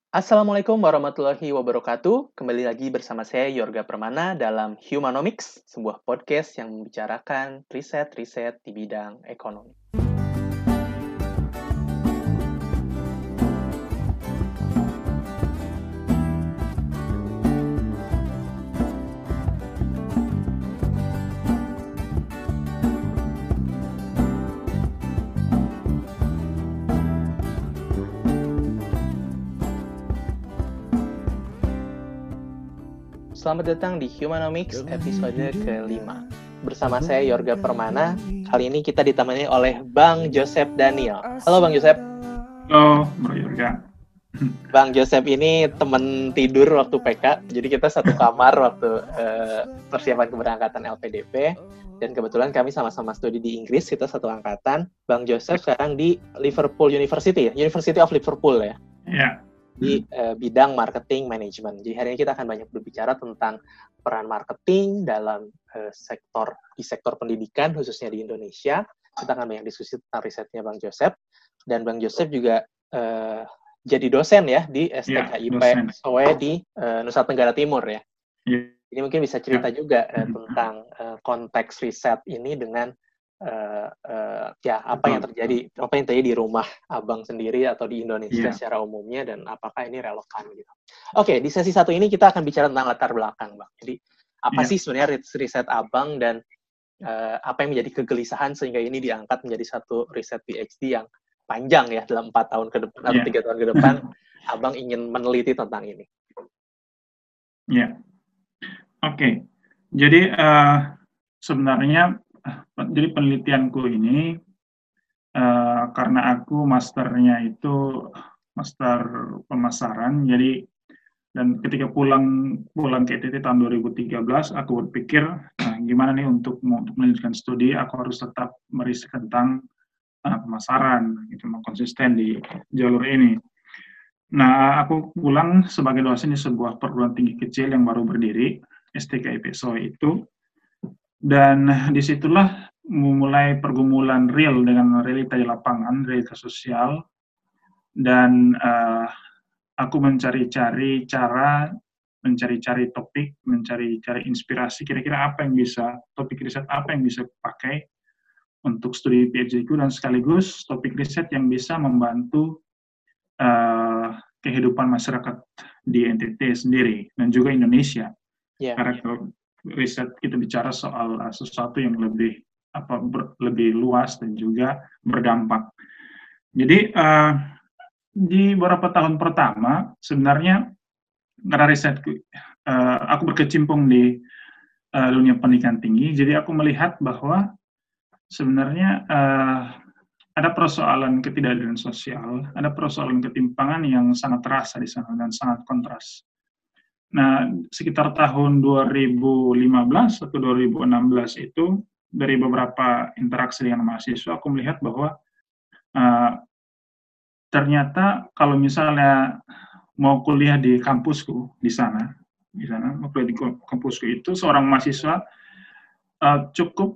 Assalamualaikum warahmatullahi wabarakatuh. Kembali lagi bersama saya Yorga Permana dalam Humanomics, sebuah podcast yang membicarakan riset-riset di bidang ekonomi. Selamat datang di Humanomics episode ke-5. Bersama saya Yorga Permana, kali ini kita ditemani oleh Bang Joseph Daniel. Halo Bang Joseph. Halo Bro Yorga. Bang Joseph ini teman tidur waktu PK, jadi kita satu kamar waktu persiapan keberangkatan LPDP, dan kebetulan kami sama-sama studi di Inggris, kita satu angkatan. Bang Joseph sekarang di Liverpool University of Liverpool ya? Ya. Di bidang marketing management. Jadi hari ini kita akan banyak berbicara tentang peran marketing dalam sektor pendidikan, khususnya di Indonesia. Kita akan banyak diskusi tentang risetnya Bang Joseph, dan Bang Joseph juga jadi dosen ya di STKIP SOE di Nusa Tenggara Timur ya. Ini mungkin bisa cerita juga tentang konteks riset ini dengan apa yang terjadi di rumah Abang sendiri atau di Indonesia secara umumnya, dan apakah ini relevan gitu. Oke, di sesi 1 ini kita akan bicara tentang latar belakang, Bang. Jadi apa sih sebenarnya riset Abang, dan apa yang menjadi kegelisahan sehingga ini diangkat menjadi satu riset PhD yang panjang ya, dalam 4 tahun ke depan atau 3 tahun ke depan Abang ingin meneliti tentang ini. Ya. Oke. Jadi sebenarnya jadi penelitianku ini karena aku masternya itu master pemasaran, jadi dan ketika pulang ke ITT tahun 2013 aku berpikir gimana nih untuk melanjutkan studi aku harus tetap meriset tentang pemasaran, gitu, konsisten di jalur ini. Nah, aku pulang sebagai dosen di sebuah perguruan tinggi kecil yang baru berdiri, STKIP SOE itu, dan disitulah memulai pergumulan real dengan realita di lapangan, realita sosial, dan aku mencari-cari cara, mencari-cari topik, mencari-cari inspirasi, kira-kira apa yang bisa, topik riset apa yang bisa pakai untuk studi PhD-ku, dan sekaligus topik riset yang bisa membantu kehidupan masyarakat di NTT sendiri dan juga Indonesia. Karena kalau riset kita bicara soal sesuatu yang lebih lebih luas dan juga berdampak. Jadi di beberapa tahun pertama sebenarnya karena risetku aku berkecimpung di dunia pendidikan tinggi, jadi aku melihat bahwa sebenarnya ada persoalan ketidakadilan sosial, ada persoalan ketimpangan yang sangat terasa di sana dan sangat kontras. Nah, sekitar tahun 2015 atau 2016 itu, dari beberapa interaksi dengan mahasiswa, aku melihat bahwa ternyata kalau misalnya mau kuliah di kampusku di sana mau kuliah di kampusku itu, seorang mahasiswa cukup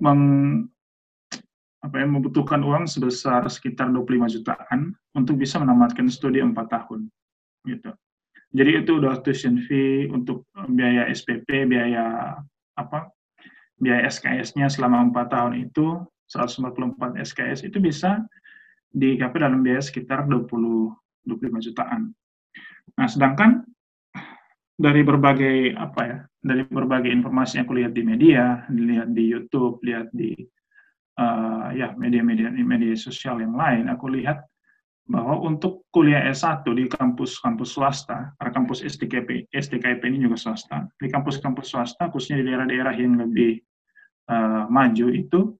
membutuhkan uang sebesar sekitar 25 jutaan untuk bisa menamatkan studi 4 tahun. Gitu. Jadi itu udah tuition fee untuk biaya SPP, biaya SKS-nya selama 4 tahun itu, 144 SKS itu bisa dicapai dalam biaya sekitar 25 jutaan. Nah, sedangkan dari berbagai informasi yang aku lihat di media, lihat di YouTube, lihat di media sosial yang lain, aku lihat bahwa untuk kuliah S1 di kampus swasta, karena kampus STKIP ini juga swasta, di kampus-kampus swasta, khususnya di daerah-daerah yang lebih maju itu,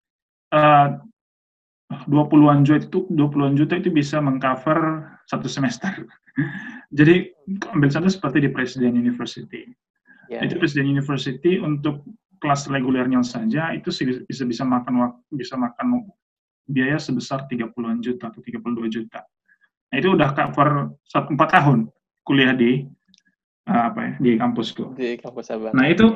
20-an juta itu bisa mengcover 1 semester. Jadi ambil contoh seperti di Presiden University. Itu Presiden University untuk kelas regulernya saja itu bisa makan biaya sebesar 30-an juta atau 32 juta. Nah, itu udah cover 4 tahun kuliah di kampusku. Di kampus Abang. Nah, itu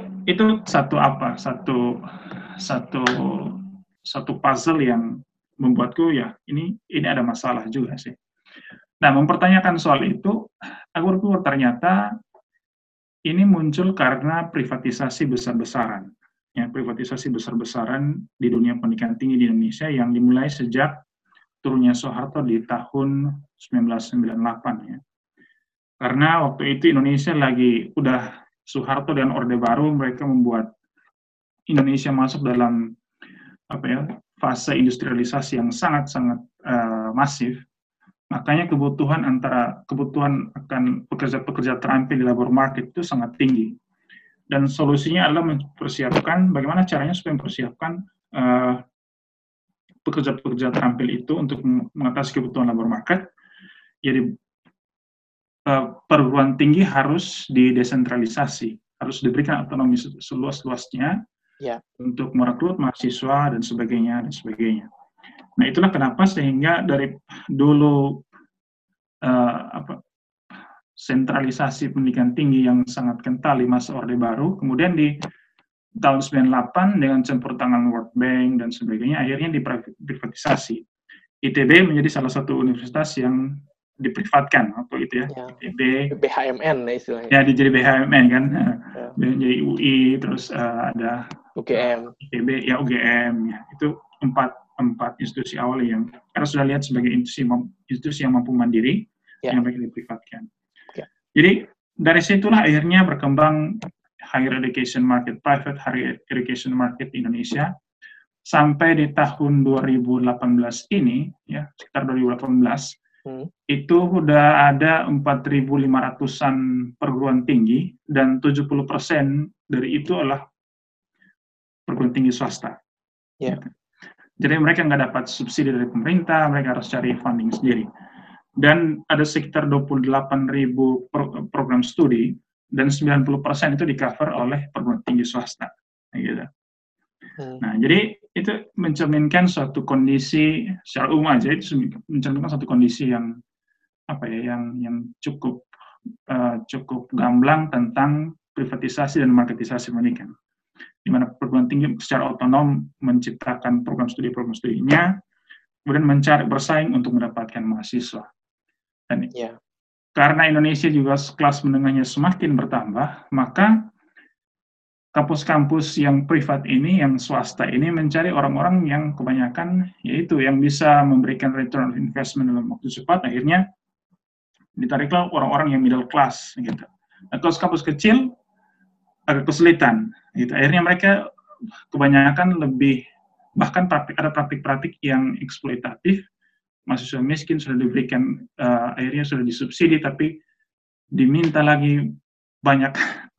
satu puzzle yang membuatku ya ini ada masalah juga sih. Nah, mempertanyakan soal itu, aku berpikir ternyata ini muncul karena privatisasi besar-besaran. Ya, privatisasi besar-besaran di dunia pendidikan tinggi di Indonesia yang dimulai sejak turunnya Soeharto di tahun 1998 ya. Karena waktu itu Indonesia lagi udah Soeharto dan Orde Baru, mereka membuat Indonesia masuk dalam fase industrialisasi yang sangat-sangat masif. Makanya kebutuhan akan pekerja-pekerja terampil di labor market itu sangat tinggi. Dan solusinya adalah mempersiapkan bagaimana caranya supaya mempersiapkan pekerja-pekerja terampil itu untuk mengatasi kebutuhan labor market. Jadi perguruan tinggi harus didesentralisasi, harus diberikan otonomi seluas-luasnya untuk merekrut mahasiswa dan sebagainya dan sebagainya. Nah, itulah kenapa sehingga dari dulu sentralisasi pendidikan tinggi yang sangat kental di masa Orde Baru, kemudian di tahun 98 dengan campur tangan World Bank dan sebagainya, akhirnya diprivatisasi. ITB menjadi salah satu universitas yang diprivatkan waktu itu ya. ITB, BHMN istilahnya. Ya, jadi BHMN kan, jadi UI, terus ada UGM, ITB, ya UGM, ya itu empat institusi awal yang karena sudah lihat sebagai institusi yang mampu mandiri yang mereka diprivatkan. Jadi dari situlah akhirnya berkembang higher education market, private higher education market di Indonesia, sampai di tahun 2018 ini, ya sekitar 2018, itu udah ada 4.500-an perguruan tinggi, dan 70% dari itu adalah perguruan tinggi swasta. Jadi mereka nggak dapat subsidi dari pemerintah, mereka harus cari funding sendiri. Dan ada sekitar 28.000 program studi, dan 90% itu di-cover oleh perguruan tinggi swasta. Gitu. Nah, jadi itu mencerminkan suatu kondisi secara umum aja, itu mencerminkan suatu kondisi yang yang cukup gamblang tentang privatisasi dan marketisasi pendidikan, di mana perguruan tinggi secara otonom menciptakan program studinya, kemudian mencari bersaing untuk mendapatkan mahasiswa. Dan karena Indonesia juga kelas menengahnya semakin bertambah, maka kampus-kampus yang privat ini, yang swasta ini mencari orang-orang yang kebanyakan yaitu yang bisa memberikan return on investment dalam waktu cepat, akhirnya ditariklah orang-orang yang middle class gitu. Nah, kampus kecil agak kesulitan gitu. Akhirnya mereka kebanyakan lebih, bahkan ada praktik-praktik yang eksploitatif. Mahasiswa miskin sudah diberikan, akhirnya sudah disubsidi, tapi diminta lagi banyak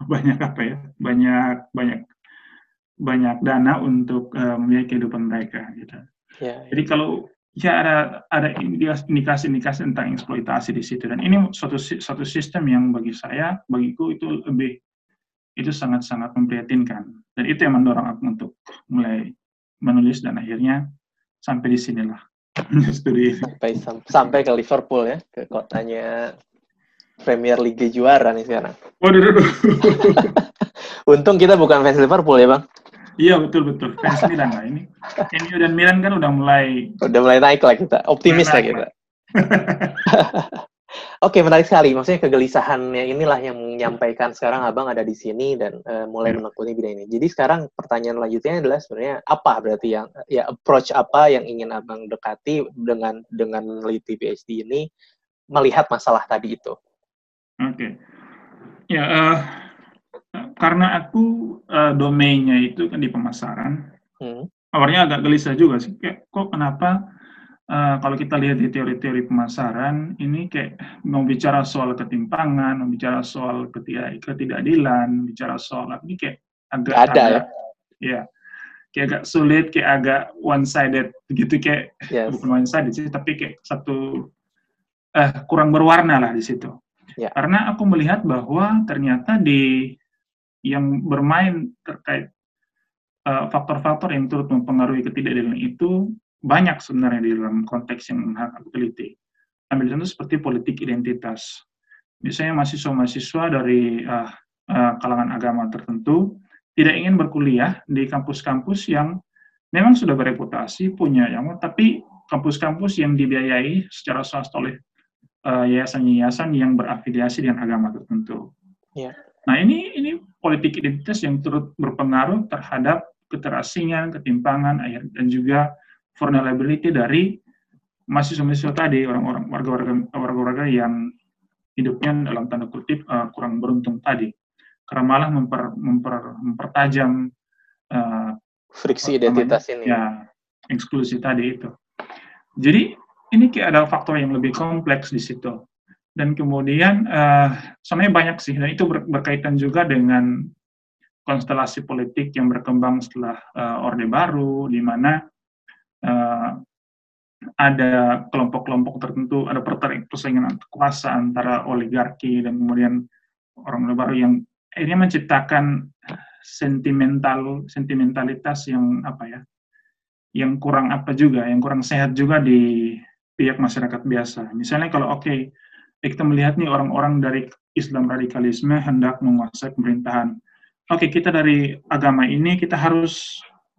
dana untuk membiayai kehidupan mereka gitu. Jadi kalau ada indikasi-indikasi tentang eksploitasi di situ, dan ini suatu sistem yang bagiku itu sangat-sangat memprihatinkan, dan itu yang mendorong aku untuk mulai menulis, dan akhirnya sampai di sinilah studi sampai ke Liverpool ya, ke kotanya Premier League juara nih sekarang. Waduh. Untung kita bukan fans Liverpool ya, Bang. Iya, betul fans Milan lah ini. MU dan Milan kan udah mulai naik lah kita, optimis lah kita. Oke, menarik sekali. Maksudnya kegelisahannya inilah yang menyampaikan sekarang Abang ada di sini dan mulai menekuni bidang ini. Jadi sekarang pertanyaan lanjutnya adalah sebenarnya apa berarti approach apa yang ingin Abang dekati dengan meneliti PhD ini melihat masalah tadi itu? Oke. Ya, karena aku domainnya itu kan di pemasaran. Awalnya agak gelisah juga sih. Kok kenapa kalau kita lihat di teori-teori pemasaran, ini kayak mau bicara soal ketimpangan, mau bicara soal ketidakadilan, bicara soal ini kayak agak agak sulit, kayak agak one-sided gitu, kayak bukan one-sided sih, tapi kayak satu kurang berwarna lah di situ. Karena aku melihat bahwa ternyata yang bermain terkait faktor-faktor yang turut mempengaruhi ketidakadilan itu banyak sebenarnya di dalam konteks yang aku teliti. Ambil contoh seperti politik identitas. Misalnya mahasiswa-mahasiswa dari kalangan agama tertentu tidak ingin berkuliah di kampus-kampus yang memang sudah bereputasi, punya tapi kampus-kampus yang dibiayai secara swasta oleh yayasan-yayasan yang berafiliasi dengan agama tertentu. Yeah. Nah, ini politik identitas yang turut berpengaruh terhadap keterasingan, ketimpangan, dan juga vulnerability dari mahasiswa-mahasiswa tadi, orang-orang warga-warga yang hidupnya dalam tanda kutip kurang beruntung tadi, karena malah mempertajam friksi identitas ini. Ya, eksklusi tadi itu. Jadi ini kayak ada faktor yang lebih kompleks di situ. Dan kemudian sebenarnya banyak sih, dan itu berkaitan juga dengan konstelasi politik yang berkembang setelah Orde Baru, di mana ada kelompok-kelompok tertentu, ada persaingan kuasa antara oligarki dan kemudian orang Orde Baru yang akhirnya menciptakan sentimentalitas yang yang kurang sehat juga di pihak masyarakat biasa. Misalnya kalau kita melihat nih orang-orang dari Islam radikalisme hendak menguasai pemerintahan. Kita dari agama ini kita harus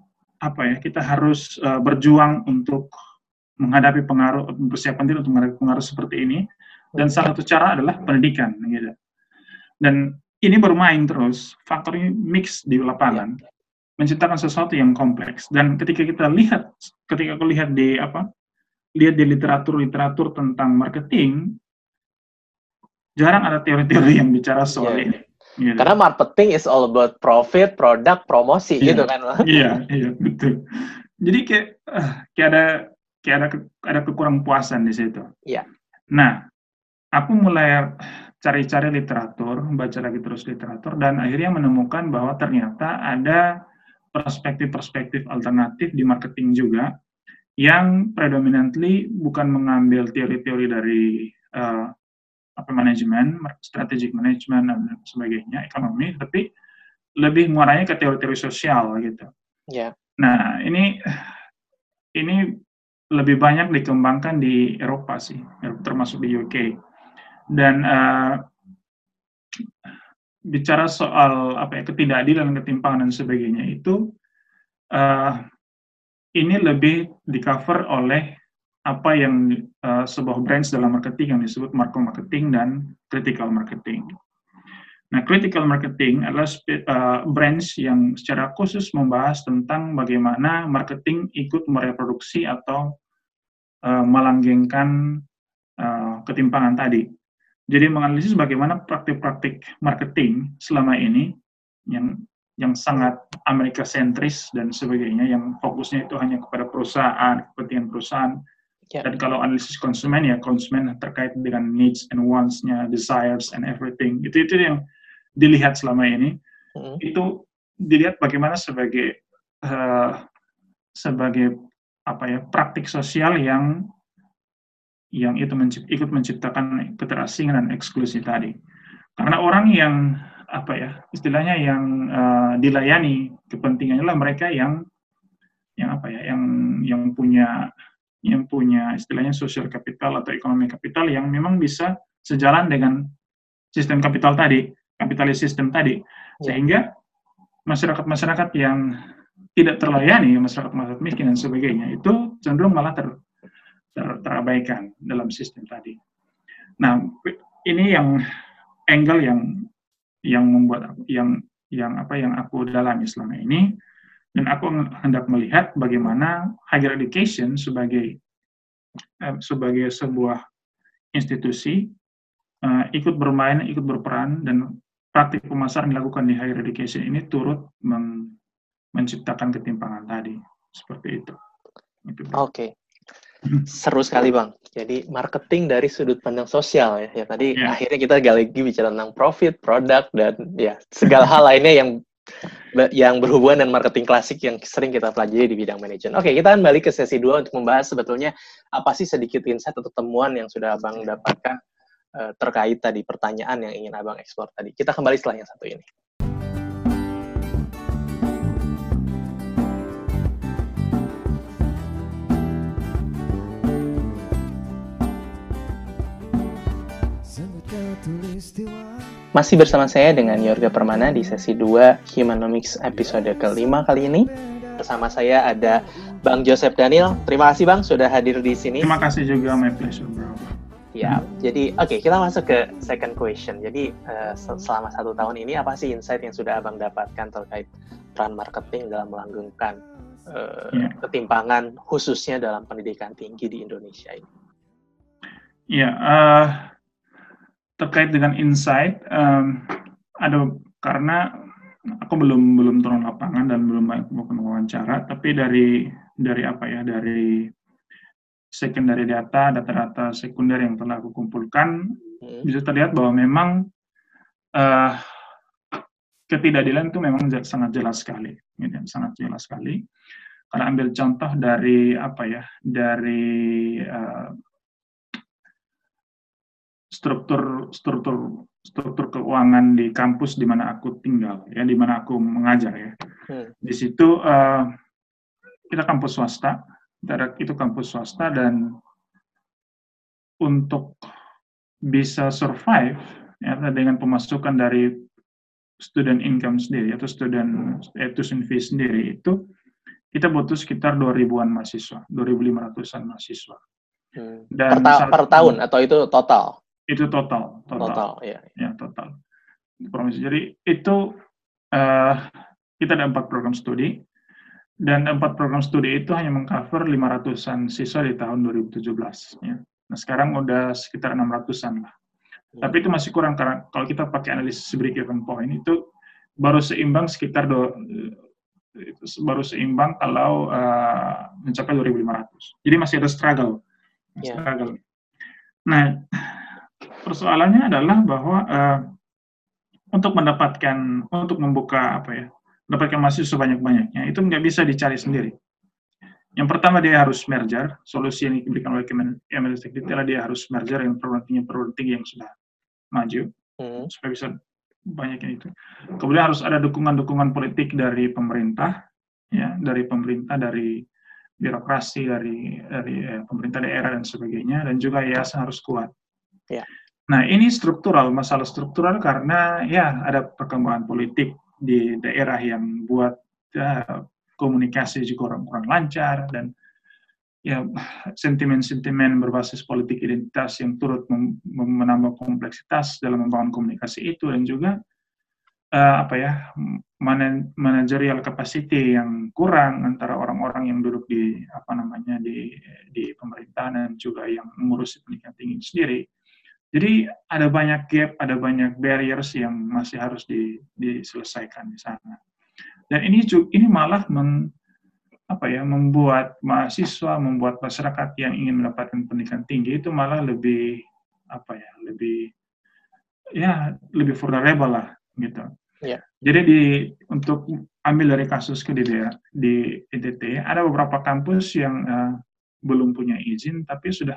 berjuang untuk menghadapi persiapan diri untuk menghadapi pengaruh seperti ini. Dan salah satu cara adalah pendidikan, gitu. Dan ini bermain terus, faktor ini mix di lapangan, menciptakan sesuatu yang kompleks. Dan ketika aku lihat di literatur tentang marketing, jarang ada teori-teori yang bicara soal ini. Gitu. Karena marketing is all about profit, produk, promosi, gitu kan? Iya, betul. Jadi kayak ada kekurang puasan di situ. Iya. Nah, aku mulai cari-cari literatur, baca lagi terus literatur, dan akhirnya menemukan bahwa ternyata ada perspektif-perspektif alternatif di marketing juga, yang predominantly bukan mengambil teori-teori dari manajemen, strategic management dan sebagainya, ekonomi, tapi lebih mengarahnya ke teori-teori sosial gitu. Yeah. Nah, ini lebih banyak dikembangkan di Eropa sih, termasuk di UK. Dan bicara soal ketidakadilan, ketimpangan dan sebagainya itu ini lebih di-cover oleh apa yang sebuah branch dalam marketing yang disebut macro marketing dan critical marketing. Nah, critical marketing adalah branch yang secara khusus membahas tentang bagaimana marketing ikut mereproduksi atau melanggengkan ketimpangan tadi. Jadi menganalisis bagaimana praktik-praktik marketing selama ini yang sangat Amerika sentris dan sebagainya, yang fokusnya itu hanya kepada perusahaan, kepentingan perusahaan. Dan kalau analisis konsumen terkait dengan needs and wants-nya, desires and everything. Itu yang dilihat selama ini. Itu dilihat bagaimana sebagai praktik sosial yang itu ikut menciptakan keterasingan dan eksklusi tadi. Karena orang yang istilahnya yang dilayani kepentingannya lah mereka yang punya istilahnya social capital atau ekonomi kapital yang memang bisa sejalan dengan sistem kapital tadi, kapitalis sistem tadi, sehingga masyarakat-masyarakat yang tidak terlayani, masyarakat miskin dan sebagainya, itu cenderung malah terabaikan dalam sistem tadi. Nah, ini yang angle yang membuat yang aku dalami selama ini. Dan aku hendak melihat bagaimana higher education sebagai sebuah institusi ikut berperan, dan praktik pemasaran dilakukan di higher education ini turut menciptakan ketimpangan tadi. Seperti itu. Oke. Seru sekali, Bang. Jadi marketing dari sudut pandang sosial ya. Tadi akhirnya kita lagi bicara tentang profit, produk, dan segala hal lainnya yang berhubungan dengan marketing klasik yang sering kita pelajari di bidang manajemen. Oke, kita akan balik ke sesi 2 untuk membahas sebetulnya apa sih sedikit insight atau temuan yang sudah Abang dapatkan terkait tadi pertanyaan yang ingin Abang eksplor tadi. Kita kembali setelah yang satu ini. Masih bersama saya dengan Yorga Permana di sesi 2 Humanomics episode ke-5 kali ini. Bersama saya ada Bang Joseph Daniel. Terima kasih Bang sudah hadir di sini. Terima kasih juga, my pleasure, bro. Ya, jadi oke, kita masuk ke second question. Jadi selama 1 tahun ini apa sih insight yang sudah Abang dapatkan terkait peran marketing dalam melanggengkan ketimpangan khususnya dalam pendidikan tinggi di Indonesia ini? Ya, terkait dengan insight, ada karena aku belum turun lapangan dan belum melakukan wawancara, tapi dari apa ya, dari secondary data sekunder yang telah aku kumpulkan, bisa terlihat bahwa memang ketidakadilan itu memang sangat jelas sekali, gitu, sangat jelas sekali. Kalau ambil contoh dari apa ya, dari struktur keuangan di kampus di mana aku tinggal, ya, di mana aku mengajar, ya. Di situ kita kampus swasta, itu kampus swasta, dan untuk bisa survive ya, dengan pemasukan dari student income sendiri atau tuition fee sendiri, itu kita butuh sekitar 2.000-an mahasiswa, 2.500-an mahasiswa. Dan per tahun atau itu total? Itu total, ya. Ya, total. Jadi itu kita ada 4 program studi, dan 4 program studi itu hanya mengcover 500-an siswa di tahun 2017. Ya. Nah, sekarang udah sekitar 600-an lah. Tapi itu masih kurang, karena kalau kita pakai analisis break-even point itu baru seimbang sekitar kalau mencapai 2.500. Jadi masih ada struggle. Nah, persoalannya adalah bahwa untuk membuka mendapatkan mahasiswa sebanyak-banyaknya itu nggak bisa dicari sendiri. Yang pertama, dia harus merger. Solusi yang diberikan oleh Kemendikbud adalah dia harus merger dengan perguruan tinggi yang sudah maju, supaya bisa banyaknya itu. Kemudian harus ada dukungan politik dari pemerintah, ya, dari birokrasi, dari pemerintah daerah dan sebagainya, dan juga yayasan harus kuat. Ya. Nah, ini masalah struktural karena ya ada perkembangan politik di daerah yang buat komunikasi juga kurang lancar, dan ya sentimen-sentimen berbasis politik identitas yang turut menambah kompleksitas dalam membangun komunikasi itu, dan juga managerial capacity yang kurang antara orang-orang yang duduk di pemerintahan dan juga yang mengurusi pendidikan tinggi sendiri. Jadi ada banyak gap, ada banyak barriers yang masih harus diselesaikan di sana. Dan ini malah membuat mahasiswa, membuat masyarakat yang ingin mendapatkan pendidikan tinggi itu malah lebih vulnerable lah, gitu. Yeah. Jadi untuk ambil dari kasus di NTT, ada beberapa kampus yang belum punya izin tapi sudah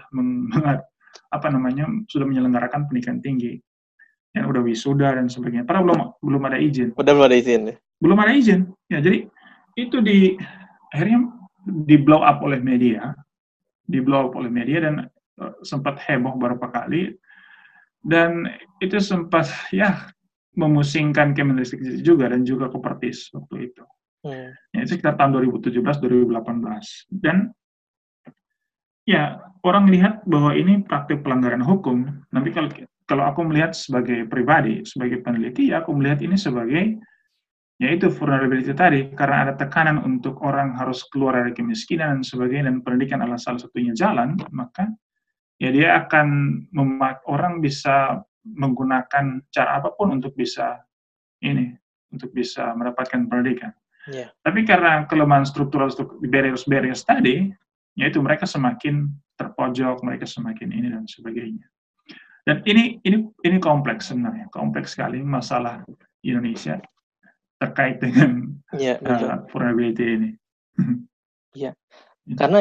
sudah menyelenggarakan pendidikan tinggi, yang udah wisuda dan sebagainya. Padahal belum ada izin. Belum ada izin. Belum ada izin. Ya, jadi itu akhirnya di blow up oleh media, dan sempat heboh beberapa kali, dan itu sempat memusingkan Kemendikbud juga dan juga Kopertis waktu itu. Ya, itu sekitar tahun 2017-2018. Dan ya, orang lihat bahwa ini praktik pelanggaran hukum. Tapi kalau aku melihat sebagai pribadi, sebagai peneliti, aku melihat ini sebagai yaitu vulnerability tadi, karena ada tekanan untuk orang harus keluar dari kemiskinan dan sebagainya, dan pendidikan adalah salah satunya jalan, maka ya dia akan orang bisa menggunakan cara apapun untuk bisa mendapatkan pendidikan. Yeah. Tapi karena kelemahan struktural barriers tadi, yaitu mereka semakin terpojok, mereka semakin ini dan sebagainya. Dan ini kompleks sebenarnya, kompleks sekali masalah Indonesia terkait dengan vulnerability ini. Iya, karena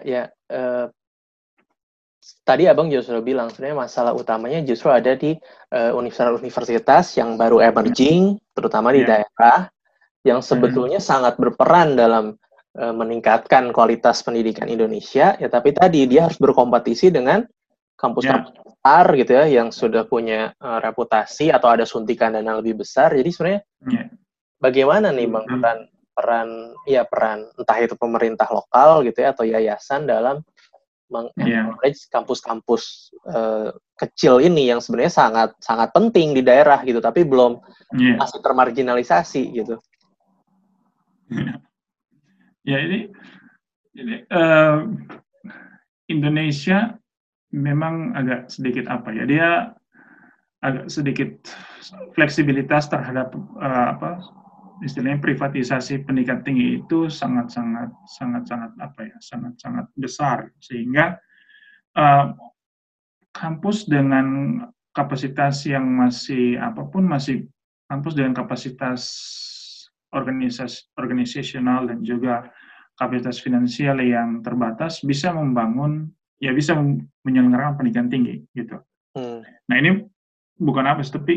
tadi Abang juga sudah bilang sebenarnya masalah utamanya justru ada di universitas yang baru emerging, terutama di daerah, yang sebetulnya sangat berperan dalam meningkatkan kualitas pendidikan Indonesia, ya, tapi tadi dia harus berkompetisi dengan kampus besar gitu ya, yang sudah punya reputasi atau ada suntikan dana lebih besar. Jadi sebenarnya bagaimana nih Bang peran entah itu pemerintah lokal gitu ya atau yayasan dalam meng-encourage kampus-kampus kecil ini yang sebenarnya sangat penting di daerah gitu, tapi belum masih termarginalisasi gitu. Ya ini Indonesia memang agak sedikit dia agak sedikit fleksibilitas terhadap istilahnya privatisasi pendidikan tinggi itu sangat besar, sehingga kampus dengan kapasitas yang masih kampus dengan kapasitas organisasional dan juga kapasitas finansial yang terbatas bisa menyelenggarakan pendidikan tinggi gitu. Nah ini bukan tapi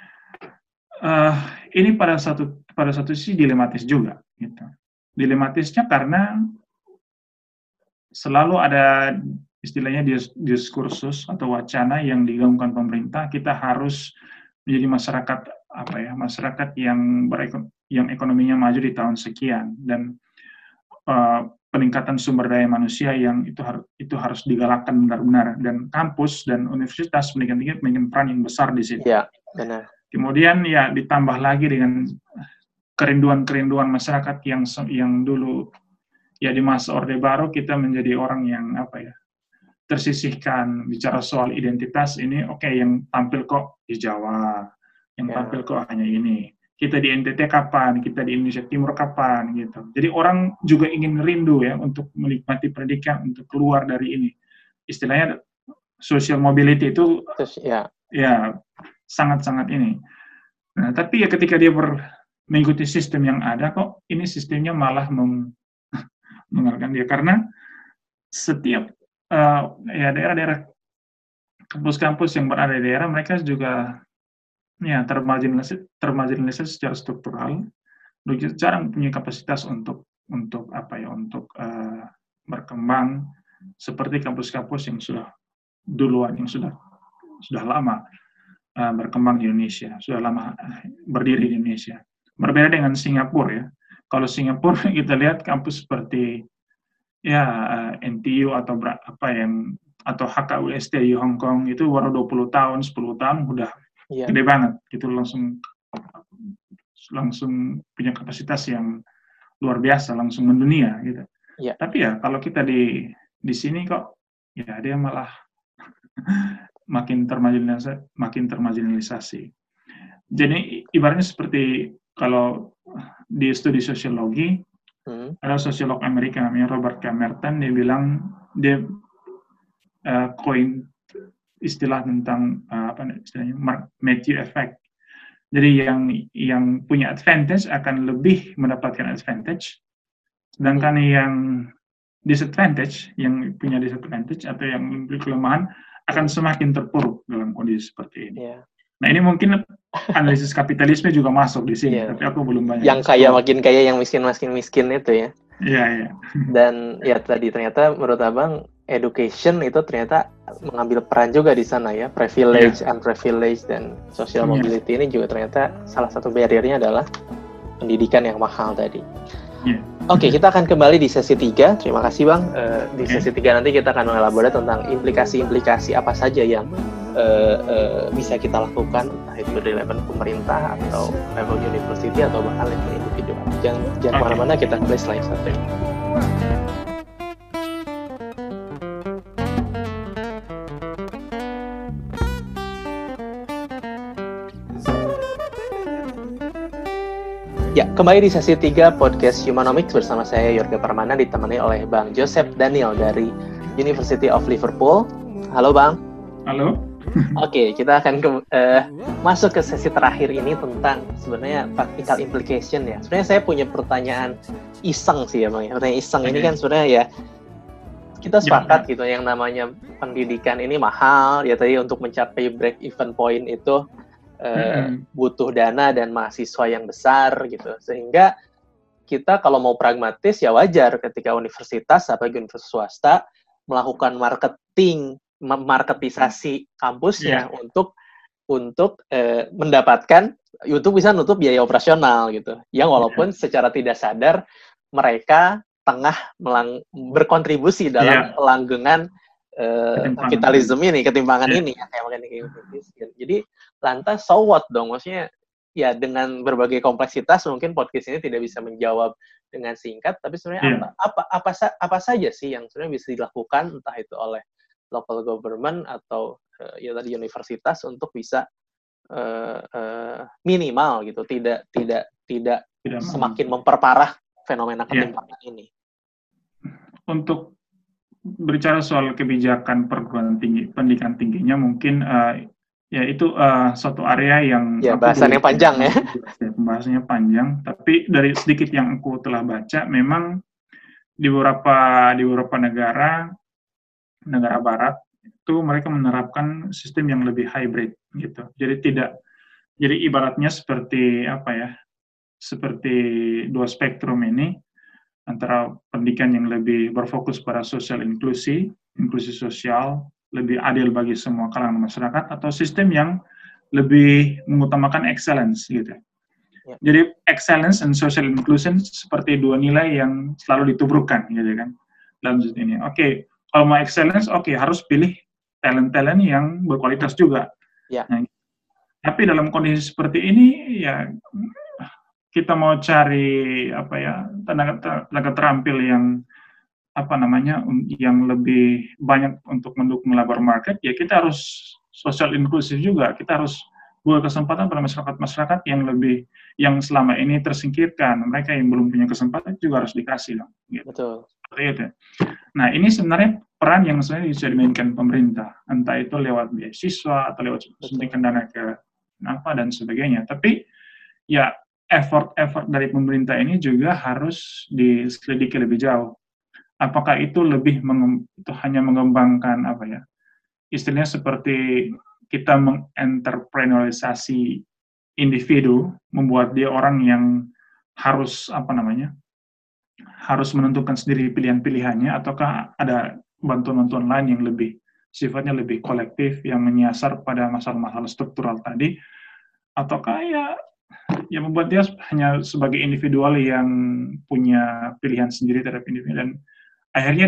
ini pada satu sisi dilematis juga gitu. Dilematisnya karena selalu ada istilahnya diskursus atau wacana yang digaungkan pemerintah, kita harus menjadi masyarakat yang ekonominya maju di tahun sekian, dan peningkatan sumber daya manusia yang itu harus digalakkan benar-benar, dan kampus dan universitas pendidikan tinggi memiliki peran yang besar di situ. Ya, benar. Kemudian ya ditambah lagi dengan kerinduan masyarakat yang dulu ya di masa Orde Baru kita menjadi orang yang tersisihkan bicara soal identitas ini. Yang tampil kok di Jawa, yang tampil kok hanya ini. Kita di NTT kapan, kita di Indonesia Timur kapan gitu. Jadi orang juga ingin rindu ya untuk menikmati pendidikan, untuk keluar dari ini. Istilahnya social mobility itu ya sangat-sangat ini. Nah, tapi ya ketika dia mengikuti sistem yang ada, kok ini sistemnya malah mengalahkan dia, karena setiap daerah-daerah kampus-kampus yang berada di daerah, mereka juga ya termarginalisasi secara struktural, jarang punya kapasitas untuk berkembang seperti kampus-kampus yang sudah duluan, yang sudah lama berkembang di Indonesia, sudah lama berdiri di Indonesia. Berbeda dengan Singapura ya. Kalau Singapura kita lihat kampus seperti NTU atau atau HKUST di Hong Kong itu baru 20 tahun, 10 tahun udah gede banget gitu, langsung punya kapasitas yang luar biasa, langsung mendunia gitu. Tapi ya kalau kita di sini kok ya dia malah makin termarginalisasi. Jadi ibaratnya seperti kalau di studi sosiologi, ada sosiolog Amerika namanya Robert K. Merton, dia coin istilah tentang istilahnya Matthew effect. Jadi yang punya advantage akan lebih mendapatkan advantage, sedangkan yang punya disadvantage atau yang memiliki kelemahan akan semakin terpuruk dalam kondisi seperti ini. Nah ini mungkin analisis kapitalisme juga masuk di sini, tapi aku belum banyak. Yang kaya makin kaya, yang miskin makin miskin itu ya. Iya. Dan ya tadi ternyata menurut Abang, education itu ternyata mengambil peran juga di sana ya. Privilege, unprivilege, dan social mobility ini juga ternyata salah satu barriernya adalah pendidikan yang mahal tadi. Oke, kita akan kembali di sesi 3. Terima kasih Bang. Di sesi 3 nanti kita akan mengelaborasi tentang implikasi-implikasi apa saja yang bisa kita lakukan, entah itu dari level pemerintah atau level university atau bahkan level individu. Jangan kemana-mana, kita kembali setelah satu ini. Ya, kembali di sesi 3 podcast Humanomics bersama saya Yorga Permana, ditemani oleh Bang Joseph Daniel dari University of Liverpool. Halo Bang. Halo. Oke, kita akan masuk ke sesi terakhir ini tentang sebenarnya practical implication ya. Sebenarnya saya punya pertanyaan iseng sih ya Bang. Pertanyaan iseng ini kan sebenarnya ya kita sepakat gitu, yang namanya pendidikan ini mahal ya, tadi untuk mencapai break even point itu butuh dana dan mahasiswa yang besar gitu, sehingga kita kalau mau pragmatis ya wajar ketika universitas apalagi universitas swasta melakukan marketisasi kampusnya untuk mendapatkan, untuk bisa nutup biaya operasional gitu, yang walaupun secara tidak sadar mereka tengah berkontribusi dalam pelanggengan kapitalisme ini, ketimpangan ini, ya, kayak makanya jadi lantas so what dong, maksudnya ya dengan berbagai kompleksitas mungkin podcast ini tidak bisa menjawab dengan singkat, tapi sebenarnya apa saja sih yang sebenarnya bisa dilakukan entah itu oleh local government atau ya tadi universitas untuk bisa minimal gitu, tidak semakin memperparah fenomena ketimpangan ini. Untuk berbicara soal kebijakan perguruan tinggi, pendidikan tingginya mungkin ya itu suatu area yang bahasannya panjang ya. Pembahasannya panjang, tapi dari sedikit yang aku telah baca, memang di beberapa negara barat itu mereka menerapkan sistem yang lebih hybrid gitu. Jadi ibaratnya seperti seperti dua spektrum ini, antara pendidikan yang lebih berfokus pada sosial inklusi sosial, lebih adil bagi semua kalangan masyarakat, atau sistem yang lebih mengutamakan excellence gitu. Ya. Jadi excellence and social inclusion seperti dua nilai yang selalu ditubrukkan gitu kan dalam sistem ini. Oke, kalau mau excellence, harus pilih talent-talent yang berkualitas juga. Ya. Nah, tapi dalam kondisi seperti ini ya kita mau cari tenaga terampil yang yang lebih banyak untuk mendukung labor market, ya kita harus social inclusive juga. Kita harus buat kesempatan pada masyarakat yang selama ini tersingkirkan. Mereka yang belum punya kesempatan juga harus dikasih dong. Gitu. Betul. Seperti itu. Nah, ini sebenarnya peran yang sebenarnya bisa dimainkan pemerintah, entah itu lewat beasiswa atau lewat suntikan dana ke dan sebagainya. Tapi ya effort dari pemerintah ini juga harus diselidiki lebih jauh. Apakah itu itu hanya mengembangkan istilahnya seperti kita mengentrepreneurisasi individu, membuat dia orang yang harus harus menentukan sendiri pilihan-pilihannya, ataukah ada bantuan-bantuan lain yang sifatnya lebih kolektif yang menyasar pada masalah-masalah struktural tadi, ataukah ya membuat dia hanya sebagai individual yang punya pilihan sendiri terhadap individu, dan akhirnya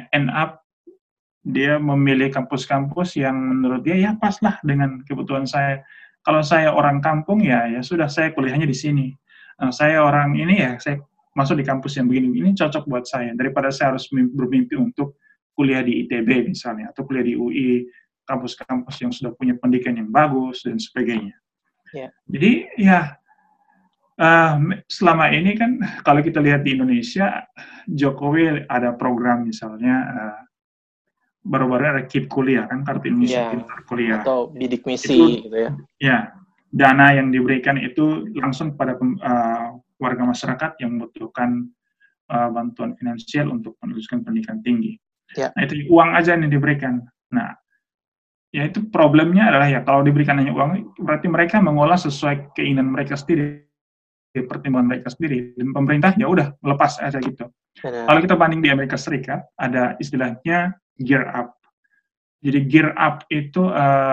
dia memilih kampus-kampus yang menurut dia ya pas lah dengan kebutuhan saya. Kalau saya orang kampung ya sudah, saya kuliahnya di sini. Saya orang ini ya saya masuk di kampus yang begini, ini cocok buat saya, daripada saya harus bermimpi untuk kuliah di ITB misalnya, atau kuliah di UI, kampus-kampus yang sudah punya pendidikan yang bagus dan sebagainya. Yeah. Jadi ya selama ini kan kalau kita lihat di Indonesia, Jokowi ada program misalnya baru-baru ada KIP kuliah kan, kartu Indonesia Pintar Kuliah, atau bidik misi gitu ya. Ya, dana yang diberikan itu langsung pada warga masyarakat yang membutuhkan bantuan finansial untuk meneruskan pendidikan tinggi. Ya. Nah, itu uang aja yang diberikan. Nah, ya itu problemnya adalah ya kalau diberikan hanya uang, berarti mereka mengolah sesuai keinginan mereka sendiri, pertimbangan mereka sendiri, dan pemerintah ya udah lepas aja gitu. Kalau kita banding di Amerika Serikat, ada istilahnya Gear Up. Jadi Gear Up itu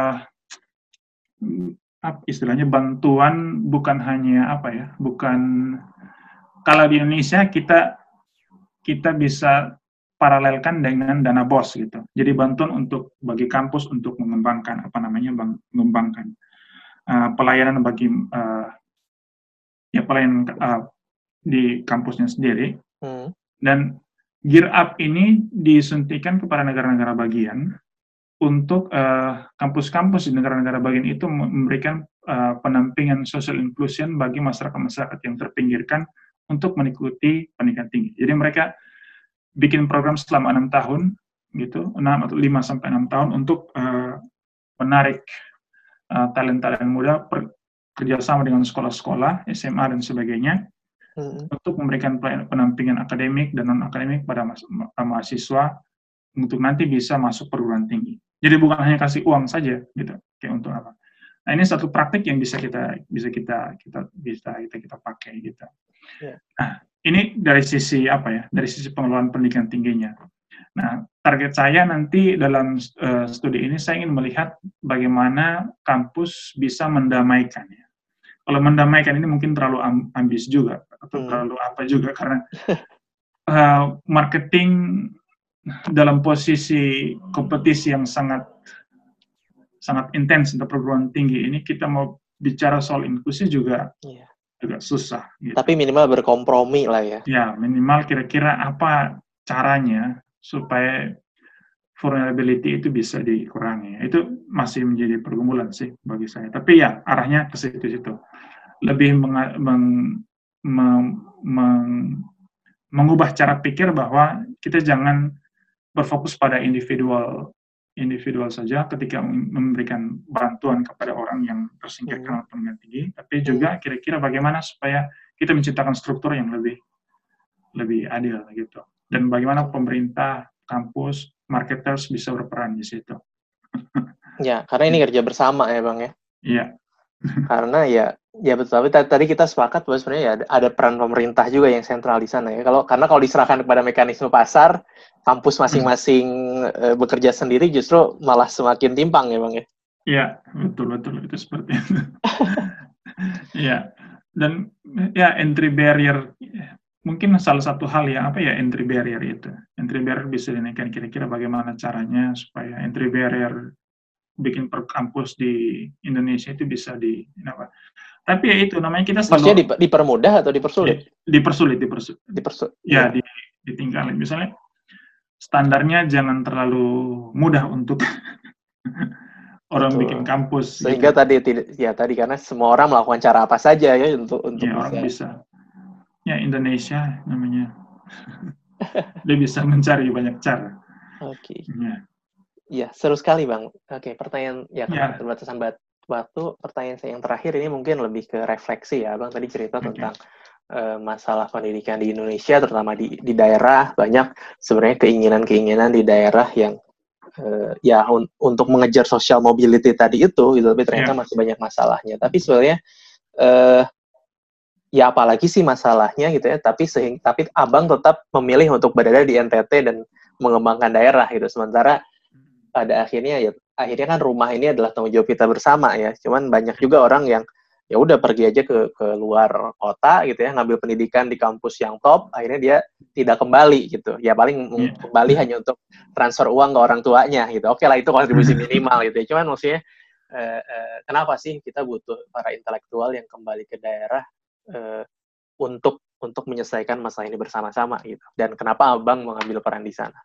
istilahnya bantuan, bukan hanya bukan, kalau di Indonesia kita bisa paralelkan dengan dana BOS gitu. Jadi bantuan untuk bagi kampus untuk mengembangkan mengembangkan pelayanan bagi pelayanan di kampusnya sendiri. Dan Gear Up ini disuntikan kepada negara-negara bagian untuk kampus-kampus di negara-negara bagian itu memberikan pendampingan social inclusion bagi masyarakat-masyarakat yang terpinggirkan untuk mengikuti pendidikan tinggi. Jadi mereka bikin program selama 6 tahun, gitu, 6 atau 5 sampai 6 tahun untuk menarik talent-talent muda kerjasama dengan sekolah-sekolah, SMA dan sebagainya, untuk memberikan pendampingan akademik dan non-akademik pada mahasiswa untuk nanti bisa masuk perguruan tinggi. Jadi bukan hanya kasih uang saja, gitu, kayak untuk apa. Nah, ini satu praktik yang bisa kita pakai, gitu. Yeah. Nah, ini dari sisi dari sisi pengelolaan pendidikan tingginya. Nah, target saya nanti dalam studi ini saya ingin melihat bagaimana kampus bisa mendamaikan. Kalau mendamaikan ini mungkin terlalu ambis juga, atau terlalu apa juga, karena marketing dalam posisi kompetisi yang sangat intens untuk perguruan tinggi ini, kita mau bicara soal inklusi juga agak susah. Gitu. Tapi minimal berkompromi lah ya. Ya, minimal kira-kira apa caranya supaya vulnerability itu bisa dikurangi. Itu masih menjadi pergumulan sih bagi saya. Tapi ya, arahnya ke situ-situ. Lebih mengubah cara pikir bahwa kita jangan berfokus pada individual saja ketika memberikan bantuan kepada orang yang tersingkirkan atau pendidikan tinggi, tapi juga kira-kira bagaimana supaya kita menciptakan struktur yang lebih adil gitu. Dan bagaimana pemerintah, kampus, marketers bisa berperan di situ. Ya, karena ini kerja bersama ya Bang ya. Iya. Karena ya betul. Tapi tadi kita sepakat bahwa sebenarnya ya ada peran pemerintah juga yang sentral di sana ya. Karena kalau diserahkan kepada mekanisme pasar, kampus masing-masing bekerja sendiri justru malah semakin timpang ya Bang ya. Iya, betul itu seperti itu. Iya. Dan ya entry barrier mungkin salah satu hal yang entry barrier itu. Entry barrier bisa dinaikkan, kira-kira bagaimana caranya supaya entry barrier bikin per kampus di Indonesia itu bisa tapi ya itu namanya kita selalu. Maksudnya dipermudah atau dipersulit? Dipersulit. Ya, ya. ditinggalin. Misalnya standarnya jangan terlalu mudah untuk orang bikin kampus. Sehingga gitu. tadi karena semua orang melakukan cara apa saja ya untuk ya, orang bisa. Ya, Indonesia namanya. Dia bisa mencari banyak cara. Oke. Ya. Ya, seru sekali Bang. Oke, pertanyaan karena keterbatasan waktu, pertanyaan saya yang terakhir ini mungkin lebih ke refleksi ya. Bang tadi cerita tentang masalah pendidikan di Indonesia, terutama di daerah, banyak sebenarnya keinginan di daerah yang untuk mengejar social mobility tadi itu, gitu, tapi ternyata masih banyak masalahnya. Tapi sebenarnya ya apalagi sih masalahnya gitu ya, tapi Abang tetap memilih untuk berada di NTT dan mengembangkan daerah gitu. Sementara pada akhirnya kan rumah ini adalah tanggung jawab kita bersama ya. Cuman banyak juga orang yang ya udah pergi aja ke luar kota gitu ya, ngambil pendidikan di kampus yang top, akhirnya dia tidak kembali gitu. Ya paling kembali hanya untuk transfer uang ke orang tuanya gitu. Oke lah, itu kontribusi minimal gitu ya. Cuman maksudnya kenapa sih kita butuh para intelektual yang kembali ke daerah untuk menyelesaikan masalah ini bersama-sama gitu. Dan kenapa Abang mengambil peran di sana?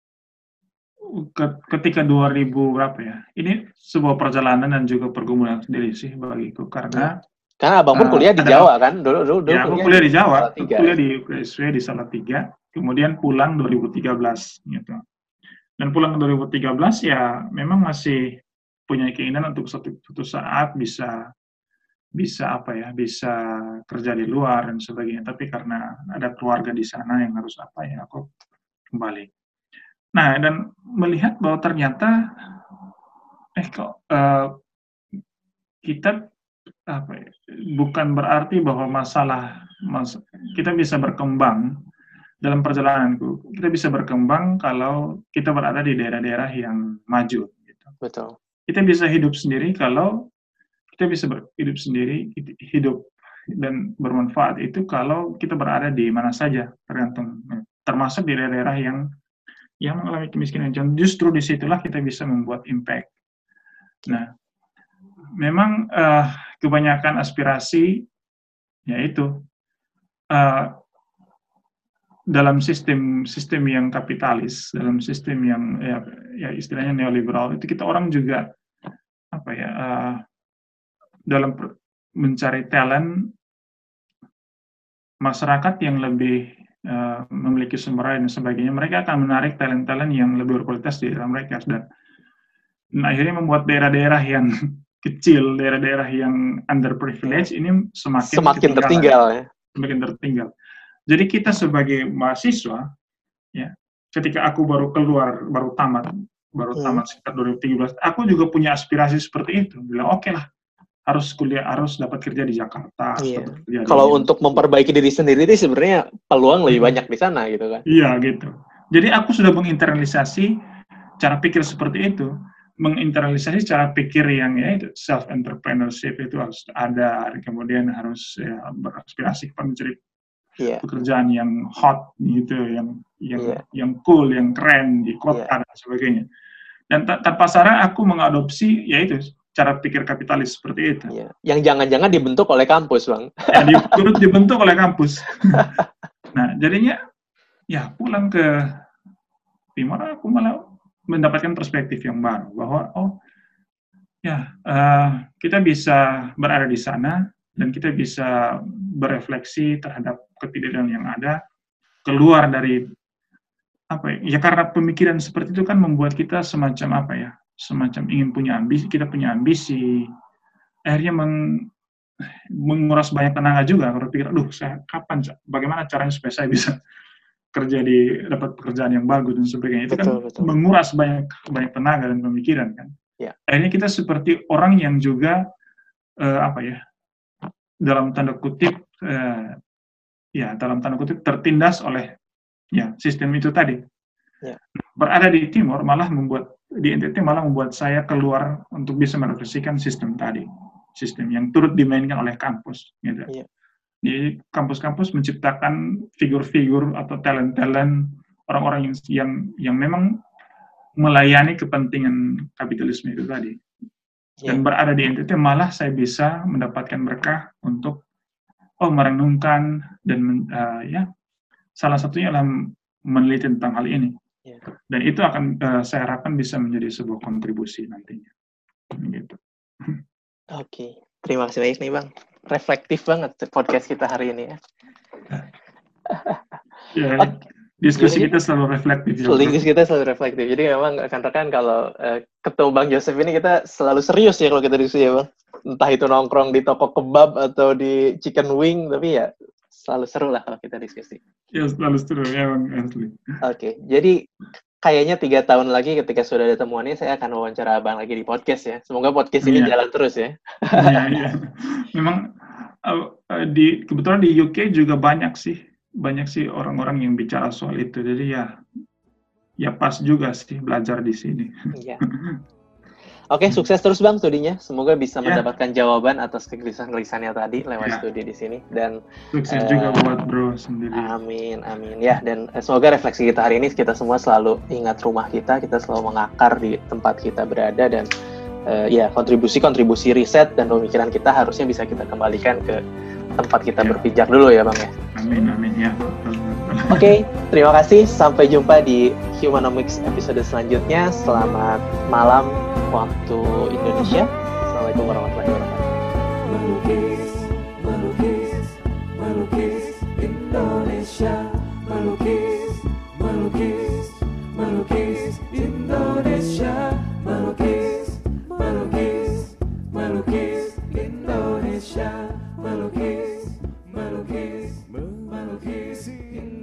Ketika 2000 berapa ya, ini sebuah perjalanan dan juga pergumulan sendiri sih bagiku, karena Abang pun kuliah di Jawa kan dulu ya, aku kuliah di Jawa, kuliah di UKSW di Salatiga, kemudian pulang 2013 gitu. Dan pulang 2013 ya memang masih punya keinginan untuk suatu saat bisa kerja di luar dan sebagainya, tapi karena ada keluarga di sana yang harus aku kembali. Nah, dan melihat bahwa ternyata kita bukan berarti bahwa kita bisa berkembang dalam perjalananku. Kita bisa berkembang kalau kita berada di daerah-daerah yang maju. Gitu. Betul. Kita bisa hidup sendiri kalau kita bisa hidup sendiri, hidup dan bermanfaat itu kalau kita berada di mana saja, termasuk di daerah-daerah yang mengalami kemiskinan. Justru disitulah kita bisa membuat impact. Nah, memang kebanyakan aspirasi yaitu dalam sistem yang kapitalis, dalam sistem yang ya istilahnya neoliberal, itu kita orang juga dalam mencari talent, masyarakat yang lebih memiliki sumber daya dan sebagainya, mereka akan menarik talent-talent yang lebih berkualitas di daerah mereka, dan akhirnya membuat daerah-daerah yang kecil, daerah-daerah yang underprivileged ini semakin tertinggal ya. Semakin tertinggal. Jadi kita sebagai mahasiswa, ya, ketika aku baru tamat sekitar 2013, aku juga punya aspirasi seperti itu. Bilang oke lah, harus kuliah, harus dapat kerja di Jakarta. Iya. Kalau untuk memperbaiki diri sendiri sebenarnya peluang lebih banyak di sana gitu kan. Iya gitu. Jadi aku sudah menginternalisasi cara pikir seperti itu, menginternalisasi cara pikir yang itu self entrepreneurship itu harus ada, kemudian harus beraspirasi mencari pekerjaan yang hot gitu, yang cool, yang keren di kota dan sebagainya. Dan tanpa sadar aku mengadopsi yaitu cara pikir kapitalis seperti itu. Yang jangan-jangan dibentuk oleh kampus, Bang. Ya, turut dibentuk oleh kampus. Nah, jadinya ya pulang ke Timor aku malah mendapatkan perspektif yang baru bahwa kita bisa berada di sana dan kita bisa berefleksi terhadap ketidakadilan yang ada, keluar dari karena pemikiran seperti itu kan membuat kita semacam ingin punya ambisi, kita punya ambisi, akhirnya menguras banyak tenaga juga. Kalau pikir, bagaimana caranya supaya saya bisa kerja dapat pekerjaan yang bagus dan sebagainya. Itu kan menguras banyak tenaga dan pemikiran kan. Akhirnya kita seperti orang yang juga dalam tanda kutip tertindas oleh sistem itu tadi. Berada di Timor di NTT malah membuat saya keluar untuk bisa merefleksikan sistem tadi, sistem yang turut dimainkan oleh kampus. Gitu. Di kampus-kampus menciptakan figur-figur atau talent-talent orang-orang yang memang melayani kepentingan kapitalisme itu tadi. Dan berada di NTT malah saya bisa mendapatkan berkah untuk merenungkan dan salah satunya adalah meneliti tentang hal ini. Dan itu akan saya harapkan bisa menjadi sebuah kontribusi nantinya. Gitu. Oke, terima kasih banyak nih Bang. Reflektif banget podcast kita hari ini ya. Diskusi kita selalu reflektif. Diskusi kita selalu reflektif. Jadi memang rekan-rekan kalau ketemu Bang Joseph ini kita selalu serius ya kalau kita diskusi ya Bang. Entah itu nongkrong di toko kebab atau di chicken wing, tapi ya selalu seru lah kalau kita diskusi. Ya selalu seru ya Bang asli. Oke, jadi kayaknya 3 tahun lagi ketika sudah ada temuannya saya akan wawancara Abang lagi di podcast ya. Semoga podcast ini jalan terus ya. Iya. Memang kebetulan di UK juga banyak sih orang-orang yang bicara soal itu. Jadi ya pas juga sih belajar di sini. Iya. Oke, sukses terus Bang studinya. Semoga bisa mendapatkan jawaban atas kegelisahan-gelisahannya tadi lewat studi di sini. Dan sukses juga buat Bro sendiri. Amin. Ya, dan semoga refleksi kita hari ini kita semua selalu ingat rumah kita selalu mengakar di tempat kita berada dan kontribusi riset dan pemikiran kita harusnya bisa kita kembalikan ke tempat kita berpijak dulu ya Bang ya. Amin ya. Oke, terima kasih. Sampai jumpa di Humanomics episode selanjutnya. Selamat malam waktu Indonesia. Assalamualaikum warahmatullahi wabarakatuh. Melukis Indonesia. Melukis Indonesia. Melukis Indonesia. Melukis Indonesia.